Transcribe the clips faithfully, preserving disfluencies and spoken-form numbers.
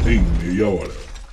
em meia hora.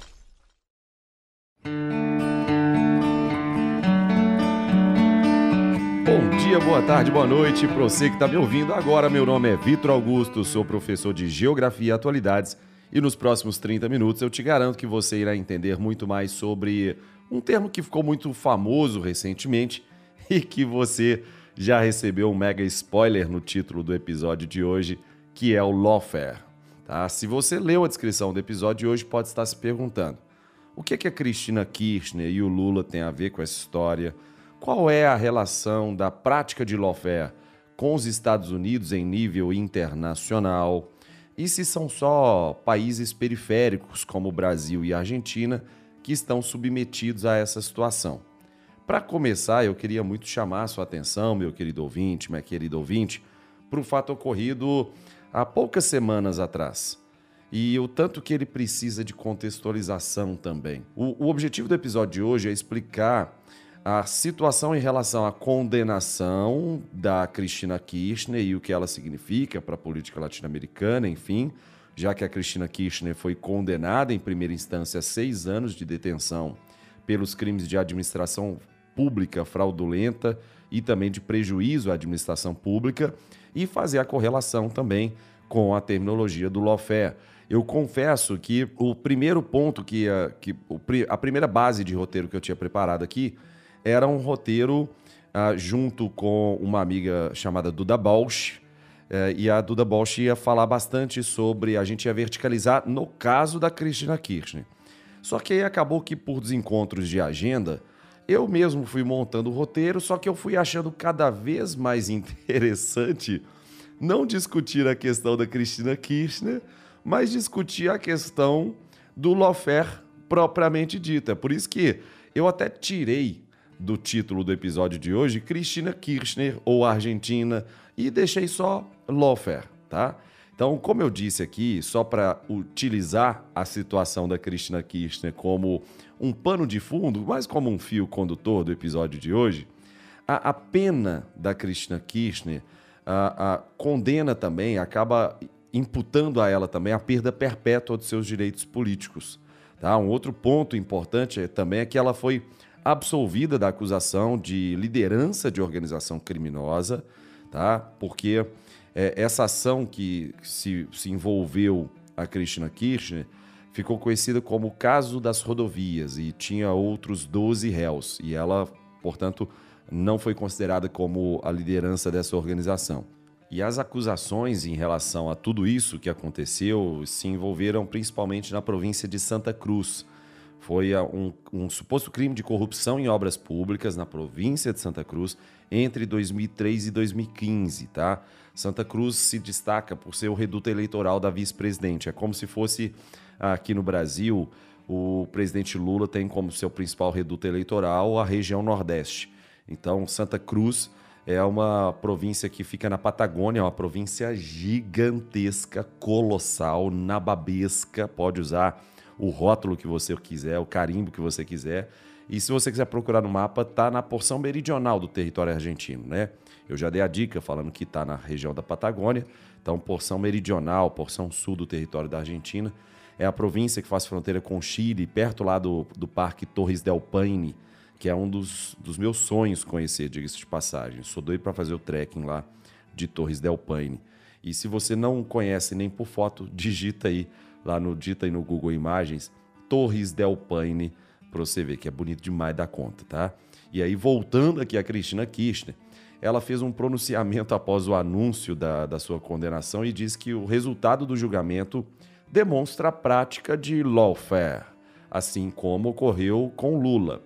Bom dia, boa tarde, boa noite para você que está me ouvindo agora. Meu nome é Vitor Augusto, sou professor de Geografia e Atualidades e nos próximos trinta minutos eu te garanto que você irá entender muito mais sobre um termo que ficou muito famoso recentemente e que você já recebeu um mega spoiler no título do episódio de hoje, que é o lawfare. Tá? Se você leu a descrição do episódio de hoje, pode estar se perguntando o que, que a Cristina Kirchner e o Lula têm a ver com essa história, qual é a relação da prática de lawfare com os Estados Unidos em nível internacional e se são só países periféricos como o Brasil e a Argentina que estão submetidos a essa situação. Para começar, eu queria muito chamar a sua atenção, meu querido ouvinte, minha querida ouvinte, para o fato ocorrido há poucas semanas atrás. E o tanto que ele precisa de contextualização também. O, o objetivo do episódio de hoje é explicar a situação em relação à condenação da Cristina Kirchner e o que ela significa para a política latino-americana, enfim, já que a Cristina Kirchner foi condenada em primeira instância a seis anos de detenção pelos crimes de administração pública fraudulenta e também de prejuízo à administração pública, e fazer a correlação também com a terminologia do lawfare. Eu confesso que o primeiro ponto, que, a, que a primeira base de roteiro que eu tinha preparado aqui era um roteiro ah, junto com uma amiga chamada Duda Balch, eh, e a Duda Balch ia falar bastante sobre, a gente ia verticalizar no caso da Cristina Kirchner. Só que aí acabou que por desencontros de agenda, eu mesmo fui montando o roteiro, só que eu fui achando cada vez mais interessante não discutir a questão da Cristina Kirchner, mas discutir a questão do lawfare propriamente dita. Por isso que eu até tirei do título do episódio de hoje Cristina Kirchner ou Argentina e deixei só lawfare, tá? Então, como eu disse aqui, só para utilizar a situação da Cristina Kirchner como um pano de fundo, mas como um fio condutor do episódio de hoje, a, a pena da Cristina Kirchner a, a condena também, acaba imputando a ela também a perda perpétua dos seus direitos políticos. Tá? Um outro ponto importante é, também é que ela foi absolvida da acusação de liderança de organização criminosa, tá? Porque é, essa ação que se, se envolveu a Cristina Kirchner ficou conhecida como o caso das rodovias e tinha outros doze réus. E ela, portanto, não foi considerada como a liderança dessa organização. E as acusações em relação a tudo isso que aconteceu se envolveram principalmente na província de Santa Cruz. Foi um, um suposto crime de corrupção em obras públicas na província de Santa Cruz entre dois mil e três e dois mil e quinze, tá? Santa Cruz se destaca por ser o reduto eleitoral da vice-presidente. É como se fosse aqui no Brasil, o presidente Lula tem como seu principal reduto eleitoral a região Nordeste. Então, Santa Cruz é uma província que fica na Patagônia, é uma província gigantesca, colossal, nababesca, pode usar o rótulo que você quiser, o carimbo que você quiser. E se você quiser procurar no mapa, está na porção meridional do território argentino, né? Eu já dei a dica falando que está na região da Patagônia, então porção meridional, porção sul do território da Argentina. É a província que faz fronteira com o Chile, perto lá do, do Parque Torres del Paine, que é um dos, dos meus sonhos conhecer, diga-se de passagem. Sou doido para fazer o trekking lá de Torres del Paine. E se você não conhece nem por foto, digita aí, lá no, digita aí no Google Imagens, Torres del Paine, para você ver que é bonito demais da conta, tá? E aí, voltando aqui a Cristina Kirchner, ela fez um pronunciamento após o anúncio da, da sua condenação e diz que o resultado do julgamento demonstra a prática de lawfare, assim como ocorreu com Lula.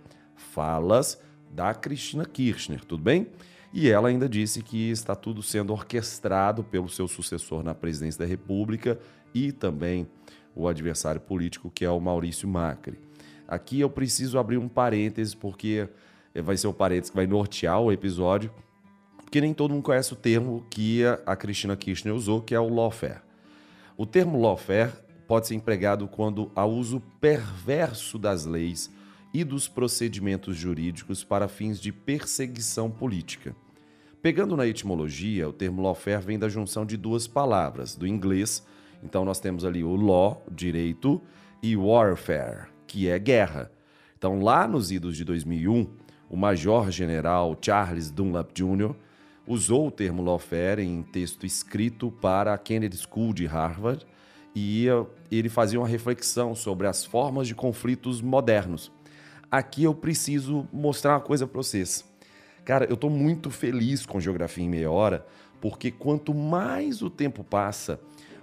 Falas da Cristina Kirchner, tudo bem? E ela ainda disse que está tudo sendo orquestrado pelo seu sucessor na presidência da República e também o adversário político, que é o Maurício Macri. Aqui eu preciso abrir um parêntese, porque vai ser o parêntese que vai nortear o episódio, porque nem todo mundo conhece o termo que a Cristina Kirchner usou, que é o lawfare. O termo lawfare pode ser empregado quando há uso perverso das leis e dos procedimentos jurídicos para fins de perseguição política. Pegando na etimologia, o termo lawfare vem da junção de duas palavras, do inglês Então nós temos ali o law, direito, e warfare, que é guerra. Então lá nos idos de dois mil e um, o major-general Charles Dunlap júnior usou o termo lawfare em texto escrito para a Kennedy School de Harvard e ele fazia uma reflexão sobre as formas de conflitos modernos. Aqui eu preciso mostrar uma coisa para vocês. Cara, eu estou muito feliz com Geografia em Meia Hora, porque quanto mais o tempo passa,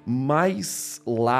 mais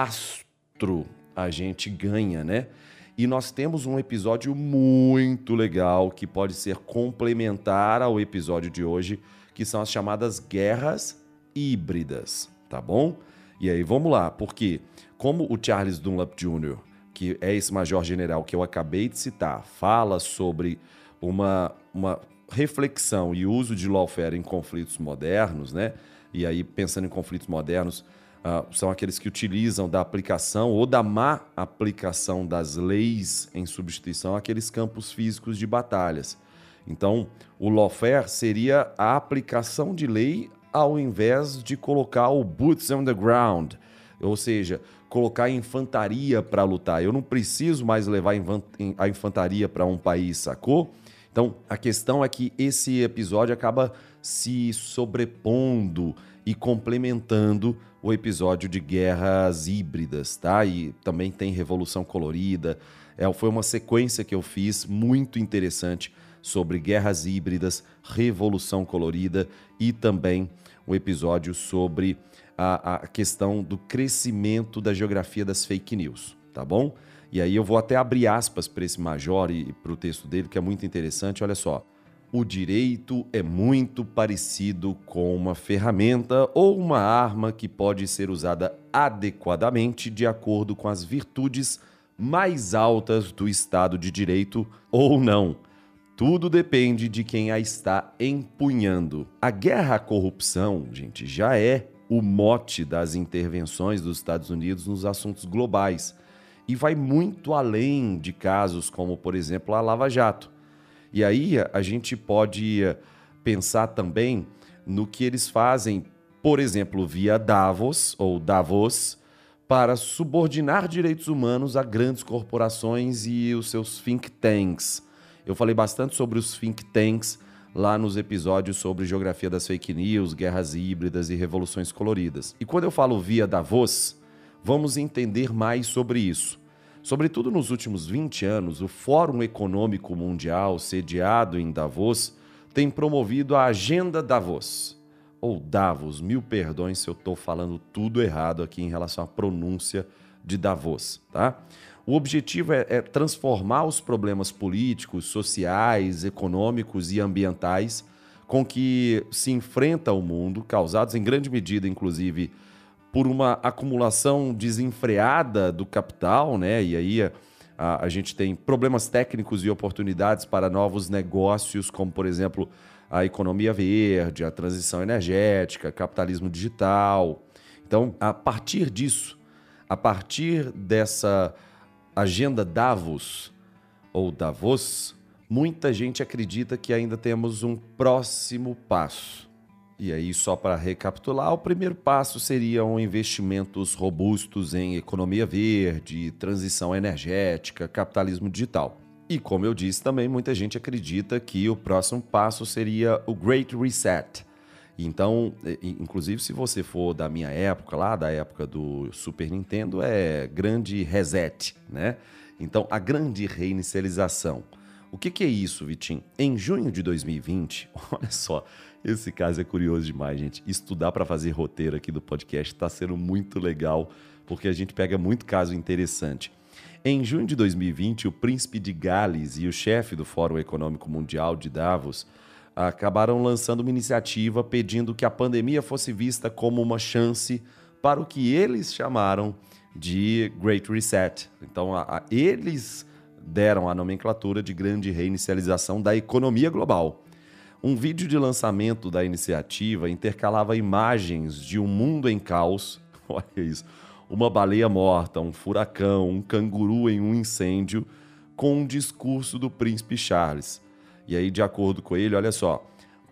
lastro a gente ganha, né? E nós temos um episódio muito legal que pode ser complementar ao episódio de hoje, que são as chamadas guerras híbridas, tá bom? E aí, vamos lá, porque como o Charles Dunlap júnior, que é esse major-general que eu acabei de citar, fala sobre uma, uma reflexão e uso de lawfare em conflitos modernos, né? E aí, pensando em conflitos modernos, uh, são aqueles que utilizam da aplicação ou da má aplicação das leis em substituição àqueles campos físicos de batalhas. Então, o lawfare seria a aplicação de lei ao invés de colocar o boots on the ground, ou seja, colocar a infantaria para lutar. Eu não preciso mais levar a infantaria para um país, sacou? Então, a questão é que esse episódio acaba se sobrepondo e complementando o episódio de guerras híbridas, tá? E também tem Revolução Colorida. É, foi uma sequência que eu fiz muito interessante sobre guerras híbridas, Revolução Colorida e também um episódio sobre a, a questão do crescimento da geografia das fake news, tá bom? E aí eu vou até abrir aspas para esse major e para o texto dele, que é muito interessante. Olha só. O direito é muito parecido com uma ferramenta ou uma arma que pode ser usada adequadamente de acordo com as virtudes mais altas do Estado de Direito ou não. Tudo depende de quem a está empunhando. A guerra à corrupção, gente, já é o mote das intervenções dos Estados Unidos nos assuntos globais e vai muito além de casos como, por exemplo, a Lava Jato. E aí a gente pode pensar também no que eles fazem, por exemplo, via Davos ou Davos, para subordinar direitos humanos a grandes corporações e os seus think tanks. Eu falei bastante sobre os think tanks lá nos episódios sobre geografia das fake news, guerras híbridas e revoluções coloridas. E quando eu falo via Davos, vamos entender mais sobre isso. Sobretudo nos últimos vinte anos, o Fórum Econômico Mundial, sediado em Davos, tem promovido a Agenda Davos, ou Davos, mil perdões se eu estou falando tudo errado aqui em relação à pronúncia de Davos, tá? O objetivo é, é transformar os problemas políticos, sociais, econômicos e ambientais com que se enfrenta o mundo, causados em grande medida, inclusive, por uma acumulação desenfreada do capital, né? E aí a, a gente tem problemas técnicos e oportunidades para novos negócios, como, por exemplo, a economia verde, a transição energética, capitalismo digital. Então, a partir disso, a partir dessa Agenda Davos, ou Davos, muita gente acredita que ainda temos um próximo passo. E aí, só para recapitular, o primeiro passo seriam investimentos robustos em economia verde, transição energética, capitalismo digital. E como eu disse também, muita gente acredita que o próximo passo seria o Great Reset. Então, inclusive, se você for da minha época, lá da época do Super Nintendo, é grande reset, né? Então, a grande reinicialização. O que, que é isso, Vitinho? Em junho de dois mil e vinte, olha só, esse caso é curioso demais, gente. Estudar para fazer roteiro aqui do podcast está sendo muito legal, porque a gente pega muito caso interessante. Em junho de dois mil e vinte, o príncipe de Gales e o chefe do Fórum Econômico Mundial de Davos acabaram lançando uma iniciativa pedindo que a pandemia fosse vista como uma chance para o que eles chamaram de Great Reset. Então, a, a, eles deram a nomenclatura de grande reinicialização da economia global. Um vídeo de lançamento da iniciativa intercalava imagens de um mundo em caos, olha isso, uma baleia morta, um furacão, um canguru em um incêndio, com um discurso do príncipe Charles. E aí, de acordo com ele, olha só,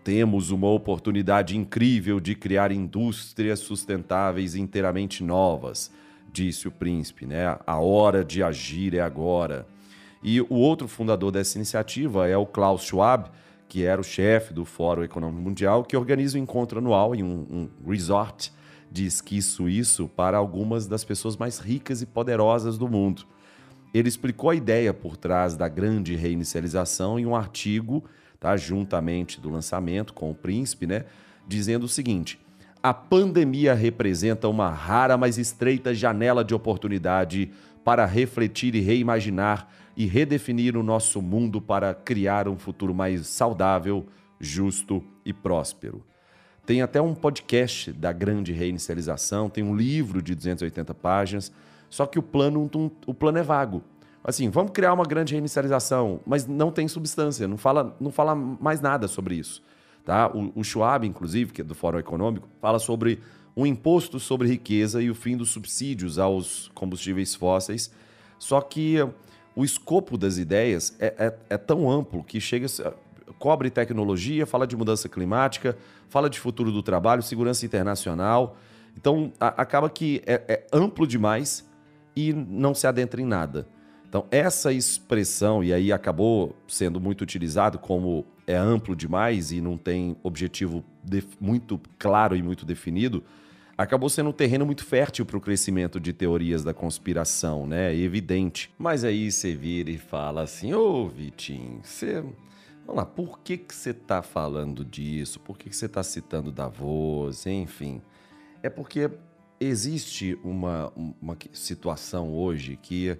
Temos uma oportunidade incrível de criar indústrias sustentáveis inteiramente novas, disse o príncipe, né? A hora de agir é agora. E o outro fundador dessa iniciativa é o Klaus Schwab, que era o chefe do Fórum Econômico Mundial, que organiza um encontro anual em um, um resort de esqui suíço para algumas das pessoas mais ricas e poderosas do mundo. Ele explicou a ideia por trás da grande reinicialização em um artigo, tá, juntamente do lançamento com o príncipe, né, dizendo o seguinte: a pandemia representa uma rara, mas estreita janela de oportunidade para refletir e reimaginar e redefinir o nosso mundo para criar um futuro mais saudável, justo e próspero. Tem até um podcast da grande reinicialização, tem um livro de duzentas e oitenta páginas, só que o plano, o plano é vago. Assim, vamos criar uma grande reinicialização, mas não tem substância, não fala, não fala mais nada sobre isso. Tá? O, o Schwab, inclusive, que é do Fórum Econômico, fala sobre um imposto sobre riqueza e o fim dos subsídios aos combustíveis fósseis, só que o escopo das ideias é, é, é tão amplo que chega, cobre tecnologia, fala de mudança climática, fala de futuro do trabalho, segurança internacional. Então, a, acaba que é, é amplo demais e não se adentra em nada. Então, essa expressão, e aí acabou sendo muito utilizado como é amplo demais e não tem objetivo muito claro e muito definido, acabou sendo um terreno muito fértil para o crescimento de teorias da conspiração, né? É evidente. Mas aí você vira e fala assim: ô Vitinho, você... vamos lá, por que que você está falando disso? Por que que você está citando Davos? Enfim, é porque existe uma, uma situação hoje que,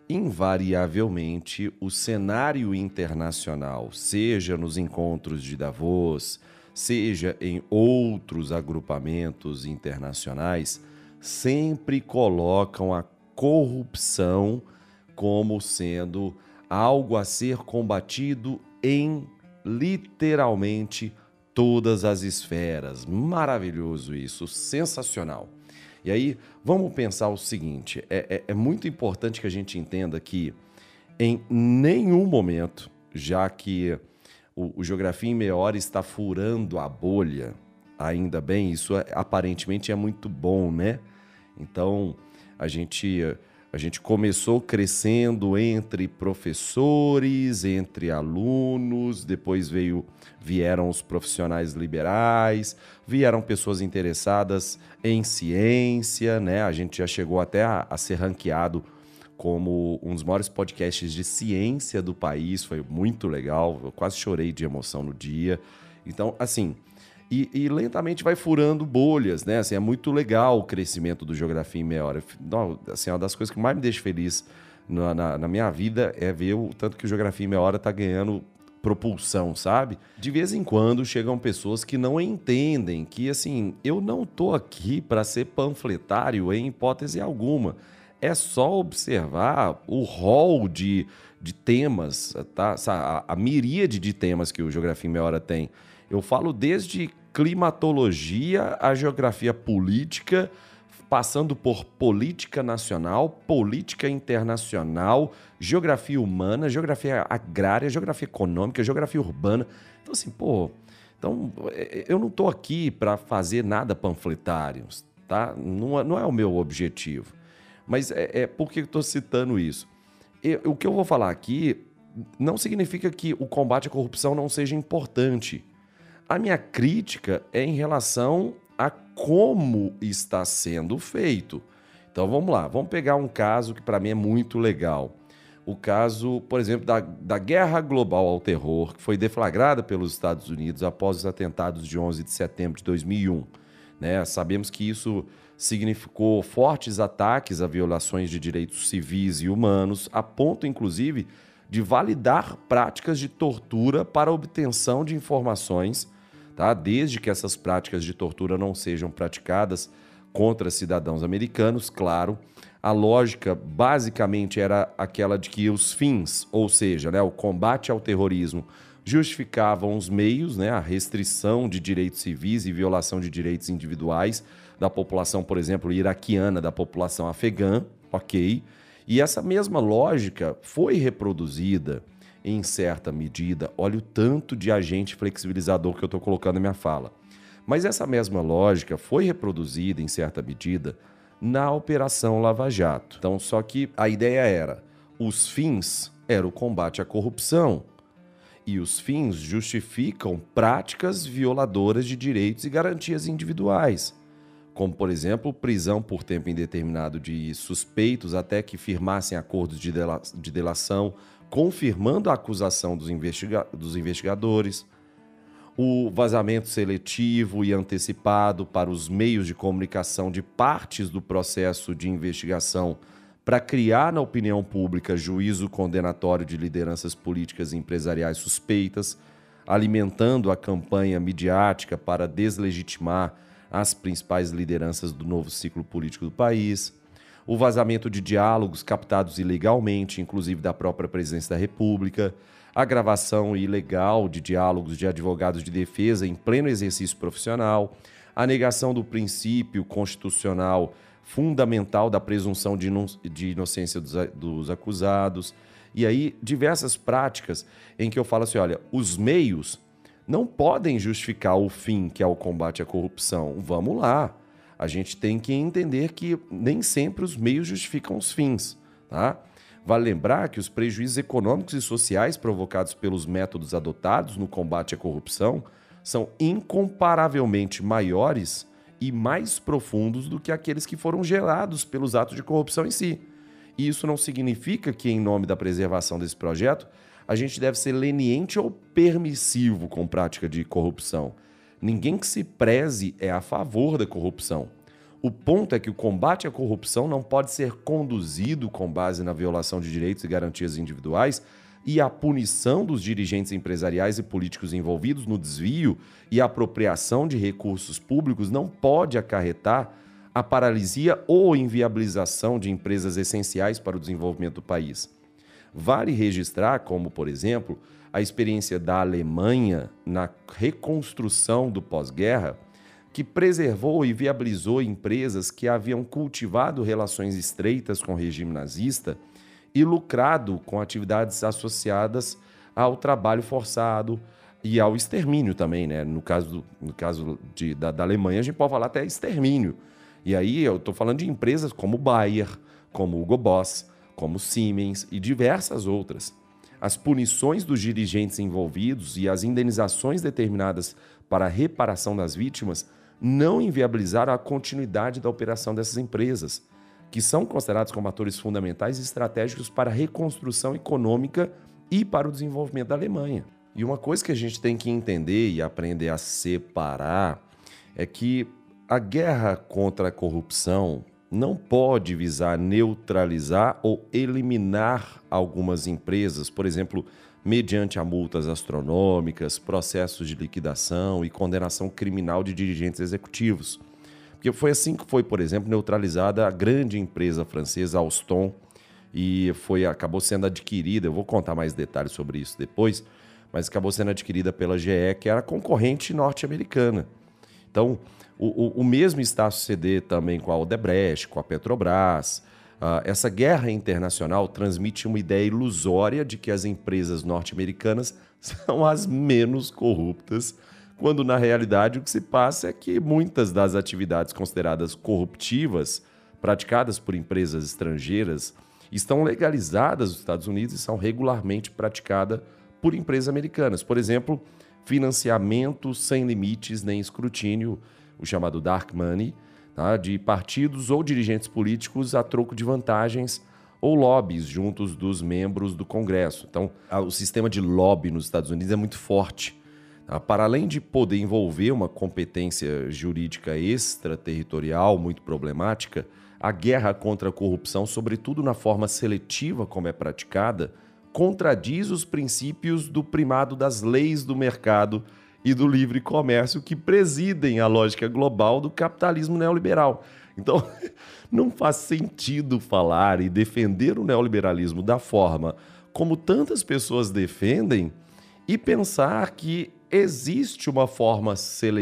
invariavelmente, o cenário internacional, seja nos encontros de Davos, seja em outros agrupamentos internacionais, sempre colocam a corrupção como sendo algo a ser combatido em literalmente todas as esferas. Maravilhoso isso, sensacional. E aí, vamos pensar o seguinte, é, é, é muito importante que a gente entenda que em nenhum momento, já que o, o Geografia em Meia Hora está furando a bolha, ainda bem, isso é, aparentemente é muito bom, né? Então, a gente... A gente começou crescendo entre professores, entre alunos, depois veio, vieram os profissionais liberais, vieram pessoas interessadas em ciência, né? A gente já chegou até a, a ser ranqueado como um dos maiores podcasts de ciência do país, foi muito legal, eu quase chorei de emoção no dia. Então, assim... E, e lentamente vai furando bolhas, né? Assim, é muito legal o crescimento do Geografia em Meia Hora. Não, assim, uma das coisas que mais me deixa feliz na, na, na minha vida é ver o tanto que o Geografia em Meia Hora está ganhando propulsão, sabe? De vez em quando chegam pessoas que não entendem que, assim, eu não tô aqui para ser panfletário em hipótese alguma. É só observar o rol de, de temas, tá? A, a miríade de temas que o Geografia em Meia Hora tem. Eu falo desde climatologia, a geografia política, passando por política nacional, política internacional, geografia humana, geografia agrária, geografia econômica, geografia urbana. Então, assim, pô, então, eu não estou aqui para fazer nada panfletário, tá? Não é, não é o meu objetivo. Mas é, é por que eu estou citando isso? Eu, o que eu vou falar aqui não significa que o combate à corrupção não seja importante. A minha crítica é em relação a como está sendo feito. Então vamos lá, vamos pegar um caso que para mim é muito legal. O caso, por exemplo, da, da guerra global ao terror, que foi deflagrada pelos Estados Unidos após os atentados de onze de setembro de dois mil e um. Né? Sabemos que isso significou fortes ataques a violações de direitos civis e humanos, a ponto, inclusive, de validar práticas de tortura para obtenção de informações, tá? Desde que essas práticas de tortura não sejam praticadas contra cidadãos americanos, claro. A lógica basicamente era aquela de que os fins, ou seja, né, o combate ao terrorismo, justificavam os meios, né, a restrição de direitos civis e violação de direitos individuais da população, por exemplo, iraquiana, da população afegã, ok? E essa mesma lógica foi reproduzida em certa medida, olha o tanto de agente flexibilizador que eu estou colocando na minha fala. Mas essa mesma lógica foi reproduzida, em certa medida, na Operação Lava Jato. Então, só que a ideia era, os fins era o combate à corrupção. E os fins justificam práticas violadoras de direitos e garantias individuais, como, por exemplo, prisão por tempo indeterminado de suspeitos até que firmassem acordos de, dela- de delação, confirmando a acusação dos, investiga- dos investigadores, o vazamento seletivo e antecipado para os meios de comunicação de partes do processo de investigação para criar na opinião pública juízo condenatório de lideranças políticas e empresariais suspeitas, alimentando a campanha midiática para deslegitimar as principais lideranças do novo ciclo político do país, o vazamento de diálogos captados ilegalmente, inclusive da própria presidência da República, a gravação ilegal de diálogos de advogados de defesa em pleno exercício profissional, a negação do princípio constitucional fundamental da presunção de, ino- de inocência dos, a- dos acusados, e aí diversas práticas em que eu falo assim, olha, os meios não podem justificar o fim, que é o combate à corrupção. Vamos lá, a gente tem que entender que nem sempre os meios justificam os fins, tá? Vale lembrar que os prejuízos econômicos e sociais provocados pelos métodos adotados no combate à corrupção são incomparavelmente maiores e mais profundos do que aqueles que foram gerados pelos atos de corrupção em si. E isso não significa que, em nome da preservação desse projeto, a gente deve ser leniente ou permissivo com prática de corrupção. Ninguém que se preze é a favor da corrupção. O ponto é que o combate à corrupção não pode ser conduzido com base na violação de direitos e garantias individuais e a punição dos dirigentes empresariais e políticos envolvidos no desvio e apropriação de recursos públicos não pode acarretar a paralisia ou inviabilização de empresas essenciais para o desenvolvimento do país. Vale registrar, como, por exemplo, a experiência da Alemanha na reconstrução do pós-guerra, que preservou e viabilizou empresas que haviam cultivado relações estreitas com o regime nazista e lucrado com atividades associadas ao trabalho forçado e ao extermínio também, né? No caso, no caso de, da, da Alemanha, a gente pode falar até extermínio. E aí eu estou falando de empresas como Bayer, como Hugo Boss, como Siemens e diversas outras. As punições dos dirigentes envolvidos e as indenizações determinadas para a reparação das vítimas não inviabilizaram a continuidade da operação dessas empresas, que são considerados como atores fundamentais e estratégicos para a reconstrução econômica e para o desenvolvimento da Alemanha. E uma coisa que a gente tem que entender e aprender a separar é que a guerra contra a corrupção não pode visar neutralizar ou eliminar algumas empresas, por exemplo, mediante a multas astronômicas, processos de liquidação e condenação criminal de dirigentes executivos. Porque foi assim que foi, por exemplo, neutralizada a grande empresa francesa Alstom e foi, acabou sendo adquirida, eu vou contar mais detalhes sobre isso depois, mas acabou sendo adquirida pela G E, que era concorrente norte-americana. Então, o, o, o mesmo está a suceder também com a Odebrecht, com a Petrobras. Uh, essa guerra internacional transmite uma ideia ilusória de que as empresas norte-americanas são as menos corruptas, quando na realidade o que se passa é que muitas das atividades consideradas corruptivas, praticadas por empresas estrangeiras, estão legalizadas nos Estados Unidos e são regularmente praticadas por empresas americanas. Por exemplo, financiamento sem limites nem escrutínio, o chamado dark money, tá, de partidos ou dirigentes políticos a troco de vantagens ou lobbies juntos dos membros do Congresso. Então, o sistema de lobby nos Estados Unidos é muito forte. Tá? Para além de poder envolver uma competência jurídica extraterritorial muito problemática, a guerra contra a corrupção, sobretudo na forma seletiva como é praticada, contradiz os princípios do primado das leis do mercado e do livre comércio que presidem a lógica global do capitalismo neoliberal. Então, não faz sentido falar e defender o neoliberalismo da forma como tantas pessoas defendem e pensar que existe uma forma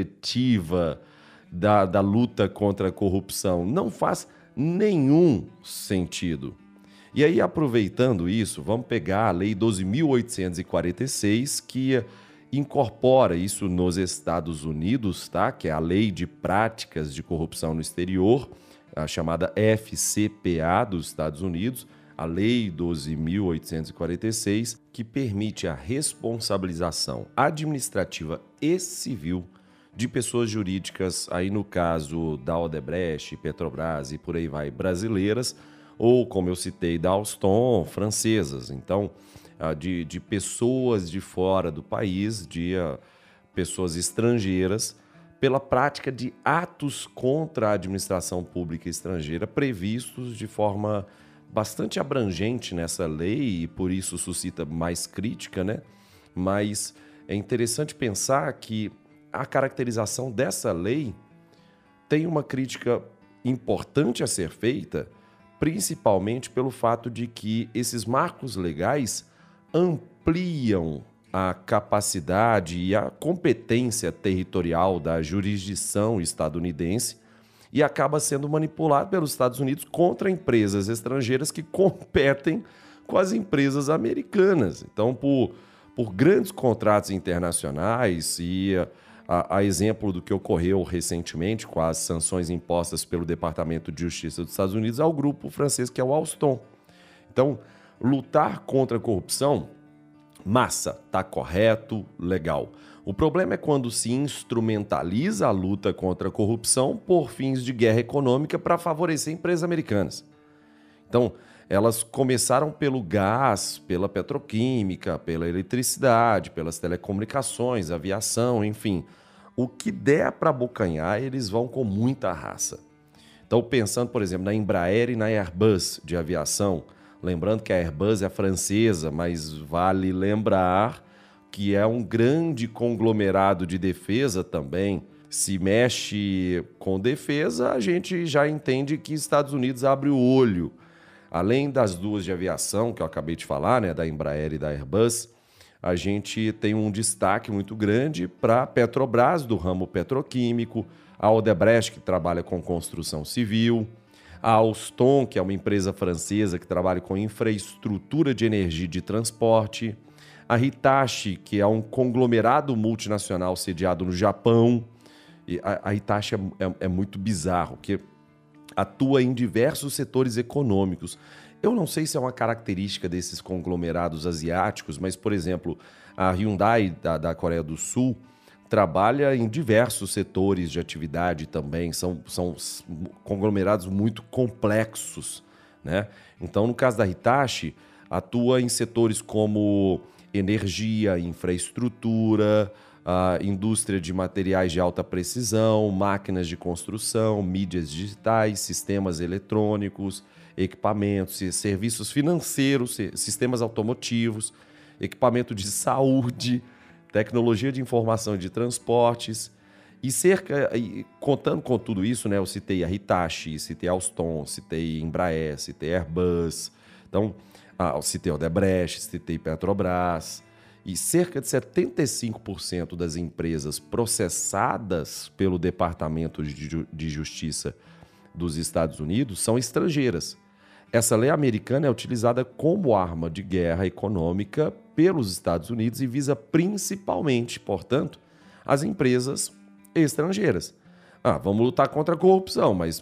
seletiva da, da luta contra a corrupção. Não faz nenhum sentido. E aí, aproveitando isso, vamos pegar a Lei doze mil oitocentos e quarenta e seis, que incorpora isso nos Estados Unidos, tá? Que é a Lei de Práticas de Corrupção no Exterior, a chamada F C P A dos Estados Unidos, a Lei doze mil oitocentos e quarenta e seis, que permite a responsabilização administrativa e civil de pessoas jurídicas, aí no caso da Odebrecht, Petrobras e por aí vai, brasileiras, ou, como eu citei, da Alstom, francesas. Então, de, de pessoas de fora do país, de uh, pessoas estrangeiras, pela prática de atos contra a administração pública estrangeira previstos de forma bastante abrangente nessa lei e por isso suscita mais crítica, né? Mas é interessante pensar que a caracterização dessa lei tem uma crítica importante a ser feita, principalmente pelo fato de que esses marcos legais ampliam a capacidade e a competência territorial da jurisdição estadunidense e acaba sendo manipulado pelos Estados Unidos contra empresas estrangeiras que competem com as empresas americanas. Então, por, por grandes contratos internacionais e a, a exemplo do que ocorreu recentemente com as sanções impostas pelo Departamento de Justiça dos Estados Unidos ao grupo francês que é o Alstom. Então, lutar contra a corrupção, massa, tá correto, legal. O problema é quando se instrumentaliza a luta contra a corrupção por fins de guerra econômica para favorecer empresas americanas. Então, elas começaram pelo gás, pela petroquímica, pela eletricidade, pelas telecomunicações, aviação, enfim. O que der para abocanhar, eles vão com muita raça. Então, pensando, por exemplo, na Embraer e na Airbus de aviação, lembrando que a Airbus é francesa, mas vale lembrar que é um grande conglomerado de defesa também. Se mexe com defesa, a gente já entende que Estados Unidos abre o olho. Além das duas de aviação, que eu acabei de falar, né, da Embraer e da Airbus, a gente tem um destaque muito grande para a Petrobras, do ramo petroquímico, a Odebrecht, que trabalha com construção civil, a Alstom, que é uma empresa francesa que trabalha com infraestrutura de energia e de transporte, a Hitachi, que é um conglomerado multinacional sediado no Japão. E a, a Hitachi é, é, é muito bizarro, porque atua em diversos setores econômicos. Eu não sei se é uma característica desses conglomerados asiáticos, mas, por exemplo, a Hyundai da, da Coreia do Sul trabalha em diversos setores de atividade também, são, são conglomerados muito complexos, né? Então, no caso da Hitachi, atua em setores como energia, infraestrutura, a indústria de materiais de alta precisão, máquinas de construção, mídias digitais, sistemas eletrônicos, equipamentos, serviços financeiros, sistemas automotivos, equipamento de saúde, tecnologia de informação e de transportes. E cerca, e contando com tudo isso, né, eu citei a Hitachi, citei a Alstom, citei Embraer, citei Airbus, então, ah, eu citei a Odebrecht, citei Petrobras. E cerca de setenta e cinco por cento das empresas processadas pelo Departamento de Justiça dos Estados Unidos são estrangeiras. Essa lei americana é utilizada como arma de guerra econômica pelos Estados Unidos e visa principalmente, portanto, as empresas estrangeiras. Ah, vamos lutar contra a corrupção, mas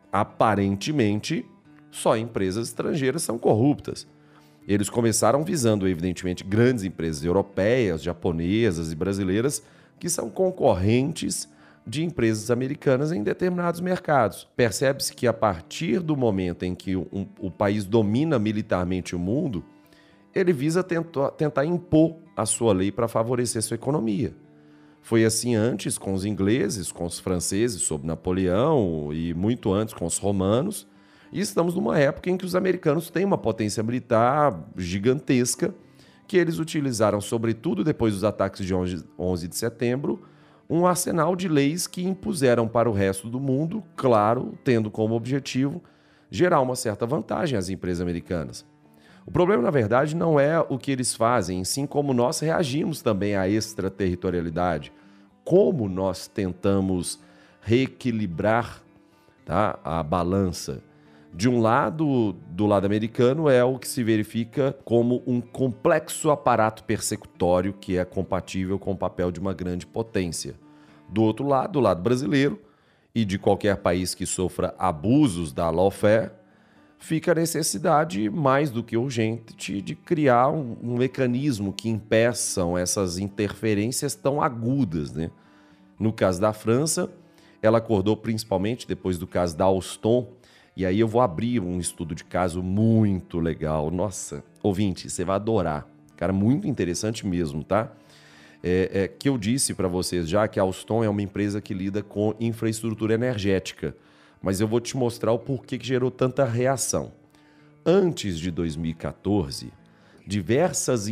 aparentemente só empresas estrangeiras são corruptas. Eles começaram visando, evidentemente, grandes empresas europeias, japonesas e brasileiras que são concorrentes de empresas americanas em determinados mercados. Percebe-se que a partir do momento em que um, o país domina militarmente o mundo, ele visa tentar, tentar impor a sua lei para favorecer sua economia. Foi assim antes com os ingleses, com os franceses sob Napoleão e muito antes com os romanos. E estamos numa época em que os americanos têm uma potência militar gigantesca que eles utilizaram, sobretudo depois dos ataques de onze de setembro, um arsenal de leis que impuseram para o resto do mundo, claro, tendo como objetivo gerar uma certa vantagem às empresas americanas. O problema, na verdade, não é o que eles fazem, sim como nós reagimos também à extraterritorialidade, como nós tentamos reequilibrar, tá, a balança. De um lado, do lado americano, é o que se verifica como um complexo aparato persecutório que é compatível com o papel de uma grande potência. Do outro lado, do lado brasileiro, e de qualquer país que sofra abusos da lawfare, fica a necessidade mais do que urgente de criar um, um mecanismo que impeçam essas interferências tão agudas, né? No caso da França, ela acordou principalmente depois do caso da Alstom, e aí eu vou abrir um estudo de caso muito legal. Nossa, ouvinte, você vai adorar. Cara, muito interessante mesmo, tá? É, é, que eu disse para vocês já que a Alstom é uma empresa que lida com infraestrutura energética, mas eu vou te mostrar o porquê que gerou tanta reação. Antes de dois mil e quatorze, diversas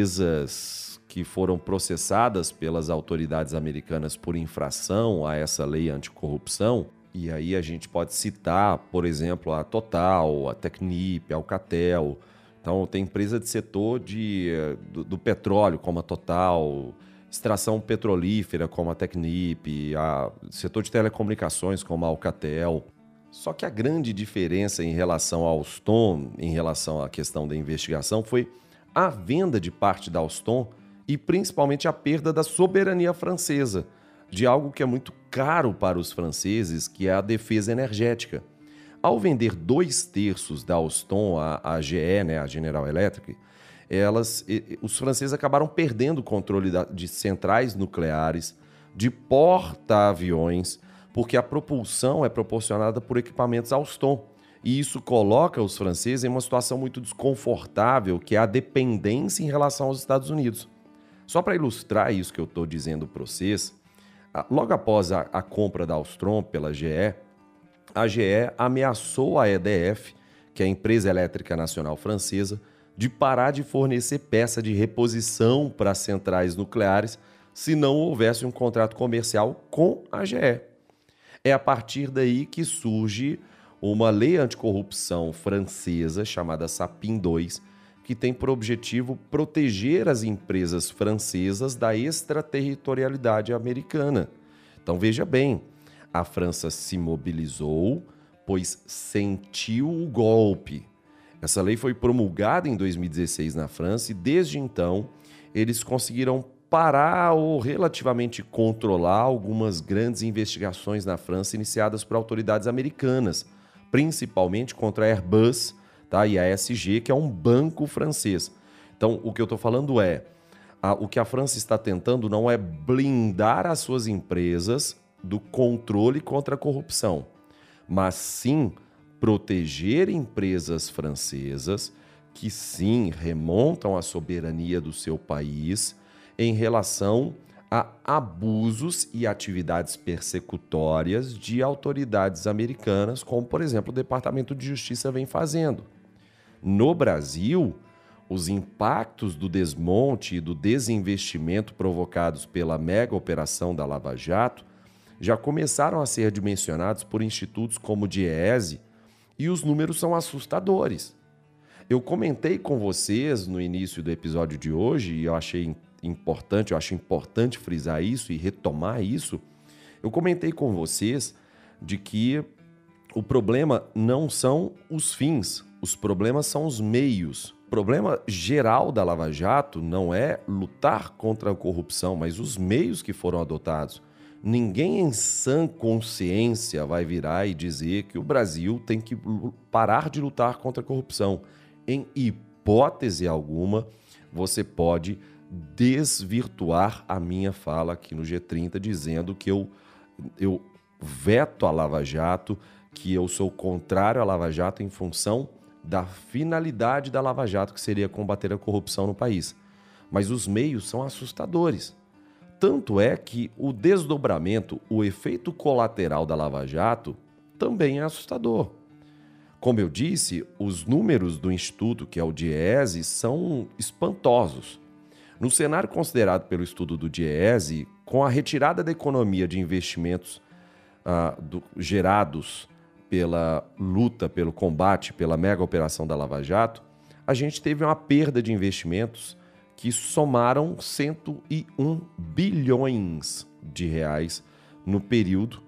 empresas que foram processadas pelas autoridades americanas por infração a essa lei anticorrupção, e aí a gente pode citar, por exemplo, a Total, a Technip, a Alcatel. Então, tem empresa de setor de, do, do petróleo, como a Total, extração petrolífera, como a Technip, a setor de telecomunicações, como a Alcatel. Só que a grande diferença em relação à Alstom, em relação à questão da investigação, foi a venda de parte da Alstom e principalmente a perda da soberania francesa, de algo que é muito caro para os franceses, que é a defesa energética. Ao vender dois terços da Alstom, a, a G E, né, a General Electric, elas, os franceses acabaram perdendo o controle da, de centrais nucleares, de porta-aviões, porque a propulsão é proporcionada por equipamentos Alstom. E isso coloca os franceses em uma situação muito desconfortável, que é a dependência em relação aos Estados Unidos. Só para ilustrar isso que eu estou dizendo para vocês, logo após a, a compra da Alstom pela G E, a G E ameaçou a E D F, que é a Empresa Elétrica Nacional Francesa, de parar de fornecer peça de reposição para as centrais nucleares se não houvesse um contrato comercial com a G E. É a partir daí que surge uma lei anticorrupção francesa chamada Sapin dois, que tem por objetivo proteger as empresas francesas da extraterritorialidade americana. Então veja bem, a França se mobilizou, pois sentiu o golpe. Essa lei foi promulgada em dois mil e dezesseis na França e desde então eles conseguiram parar ou relativamente controlar algumas grandes investigações na França iniciadas por autoridades americanas, principalmente contra a Airbus, tá? E a E S G, que é um banco francês. Então, o que eu estou falando é, a, o que a França está tentando não é blindar as suas empresas do controle contra a corrupção, mas sim proteger empresas francesas que sim remontam a soberania do seu país em relação a abusos e atividades persecutórias de autoridades americanas, como, por exemplo, o Departamento de Justiça vem fazendo. No Brasil, os impactos do desmonte e do desinvestimento provocados pela mega operação da Lava Jato já começaram a ser dimensionados por institutos como o DIEESE e os números são assustadores. Eu comentei com vocês no início do episódio de hoje, e eu achei importante, eu acho importante frisar isso e retomar isso, eu comentei com vocês de que o problema não são os fins, os problemas são os meios. O problema geral da Lava Jato não é lutar contra a corrupção, mas os meios que foram adotados. Ninguém em sã consciência vai virar e dizer que o Brasil tem que parar de lutar contra a corrupção. Em hipótese alguma, você pode desvirtuar a minha fala aqui no G trinta, dizendo que eu, eu veto a Lava Jato, que eu sou contrário à Lava Jato em função da finalidade da Lava Jato, que seria combater a corrupção no país. Mas os meios são assustadores. Tanto é que o desdobramento, o efeito colateral da Lava Jato também é assustador. Como eu disse, os números do Instituto, que é o DIEESE, são espantosos. No cenário considerado pelo estudo do DIEESE, com a retirada da economia de investimentos ah, do, gerados pela luta, pelo combate, pela mega operação da Lava Jato, a gente teve uma perda de investimentos que somaram cento e um bilhões de reais no período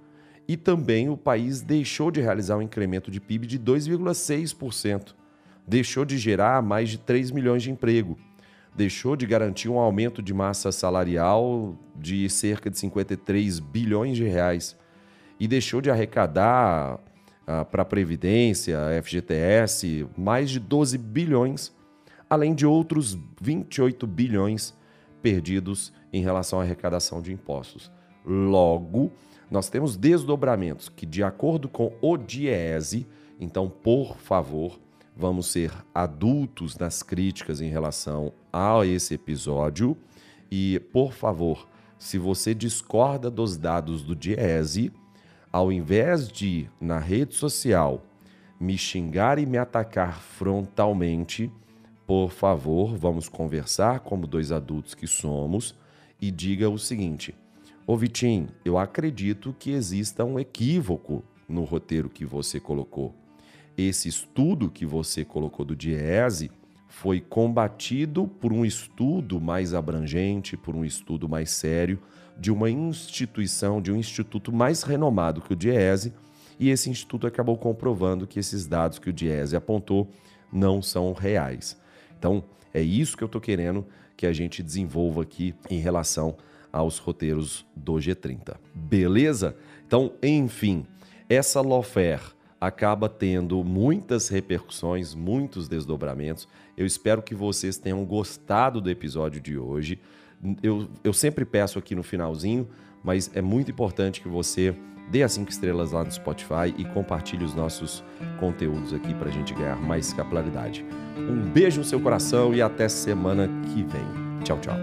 E também o país deixou de realizar um incremento de P I B de dois vírgula seis por cento, deixou de gerar mais de três milhões de emprego, deixou de garantir um aumento de massa salarial de cerca de cinquenta e três bilhões de reais e deixou de arrecadar ah, para a Previdência, F G T S, mais de doze bilhões, além de outros vinte e oito bilhões perdidos em relação à arrecadação de impostos. Logo, nós temos desdobramentos que, de acordo com o DIEESE, então, por favor, vamos ser adultos nas críticas em relação a esse episódio e, por favor, se você discorda dos dados do DIEESE, ao invés de, na rede social, me xingar e me atacar frontalmente, por favor, vamos conversar como dois adultos que somos e diga o seguinte: ô Vitinho, eu acredito que exista um equívoco no roteiro que você colocou. Esse estudo que você colocou do DIEESE foi combatido por um estudo mais abrangente, por um estudo mais sério, de uma instituição, de um instituto mais renomado que o DIEESE, e esse instituto acabou comprovando que esses dados que o DIEESE apontou não são reais. Então, é isso que eu estou querendo que a gente desenvolva aqui em relação aos roteiros do G trinta. Beleza? Então, enfim, essa lawfare acaba tendo muitas repercussões, muitos desdobramentos. Eu espero que vocês tenham gostado do episódio de hoje. Eu, eu sempre peço aqui no finalzinho, mas é muito importante que você dê as cinco estrelas lá no Spotify e compartilhe os nossos conteúdos aqui para a gente ganhar mais capilaridade. Um beijo no seu coração e até semana que vem. Tchau, tchau.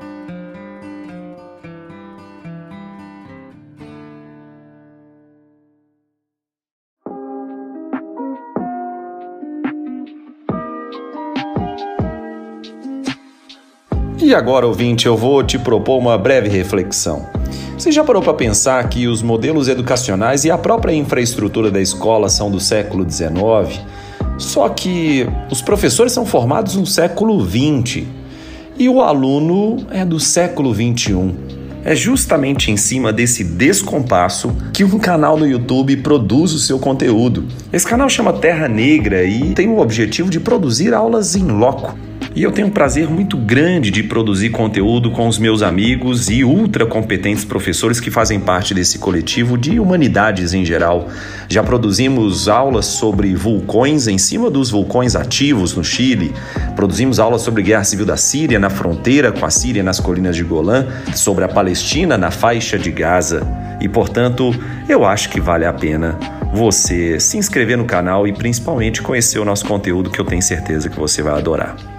E agora, ouvinte, eu vou te propor uma breve reflexão. Você já parou para pensar que os modelos educacionais e a própria infraestrutura da escola são do século dezenove? Só que os professores são formados no século vinte e o aluno é do século vinte e um. É justamente em cima desse descompasso que um canal no YouTube produz o seu conteúdo. Esse canal chama Terra Negra e tem o objetivo de produzir aulas in loco. E eu tenho um prazer muito grande de produzir conteúdo com os meus amigos e ultra competentes professores que fazem parte desse coletivo de humanidades em geral. Já produzimos aulas sobre vulcões em cima dos vulcões ativos no Chile, produzimos aulas sobre guerra civil da Síria na fronteira com a Síria nas colinas de Golã, sobre a Palestina na faixa de Gaza. E, portanto, eu acho que vale a pena você se inscrever no canal e principalmente conhecer o nosso conteúdo, que eu tenho certeza que você vai adorar.